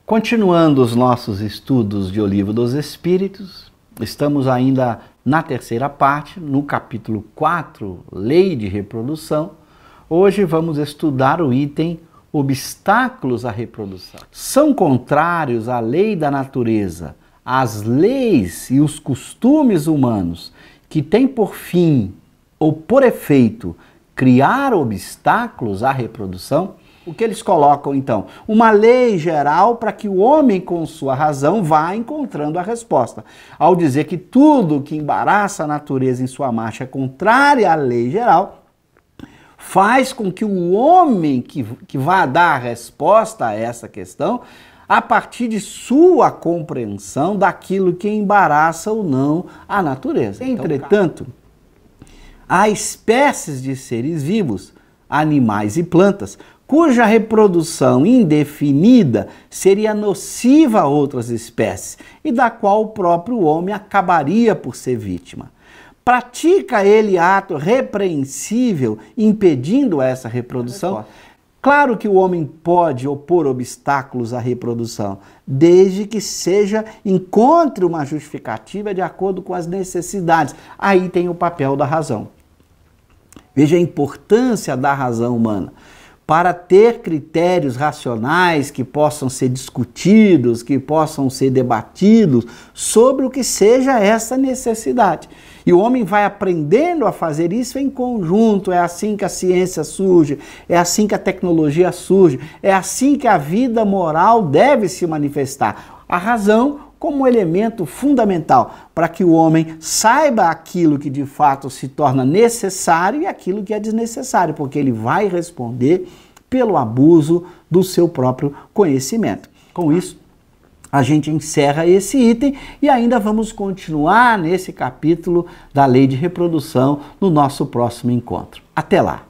Continuando os nossos estudos de O Livro dos Espíritos, estamos ainda na terceira parte, no capítulo 4, Lei de Reprodução. Hoje vamos estudar o item Obstáculos à Reprodução. São contrários à lei da natureza, às leis e os costumes humanos que têm por fim ou por efeito criar obstáculos à reprodução? O que eles colocam, então? Uma lei geral para que o homem, com sua razão, vá encontrando a resposta. Ao dizer que tudo que embaraça a natureza em sua marcha é contrário à lei geral, faz com que o homem que vá dar a resposta a essa questão, a partir de sua compreensão daquilo que embaraça ou não a natureza. Entretanto, há espécies de seres vivos, animais e plantas, cuja reprodução indefinida seria nociva a outras espécies e da qual o próprio homem acabaria por ser vítima. Pratica ele ato repreensível impedindo essa reprodução? Claro que o homem pode opor obstáculos à reprodução, desde que encontre uma justificativa de acordo com as necessidades. Aí tem o papel da razão. Veja a importância da razão humana. Para ter critérios racionais que possam ser discutidos, que possam ser debatidos sobre o que seja essa necessidade. E o homem vai aprendendo a fazer isso em conjunto, é assim que a ciência surge, é assim que a tecnologia surge, é assim que a vida moral deve se manifestar. A razão como elemento fundamental para que o homem saiba aquilo que de fato se torna necessário e aquilo que é desnecessário, porque ele vai responder pelo abuso do seu próprio conhecimento. Com isso, a gente encerra esse item e ainda vamos continuar nesse capítulo da Lei de Reprodução no nosso próximo encontro. Até lá!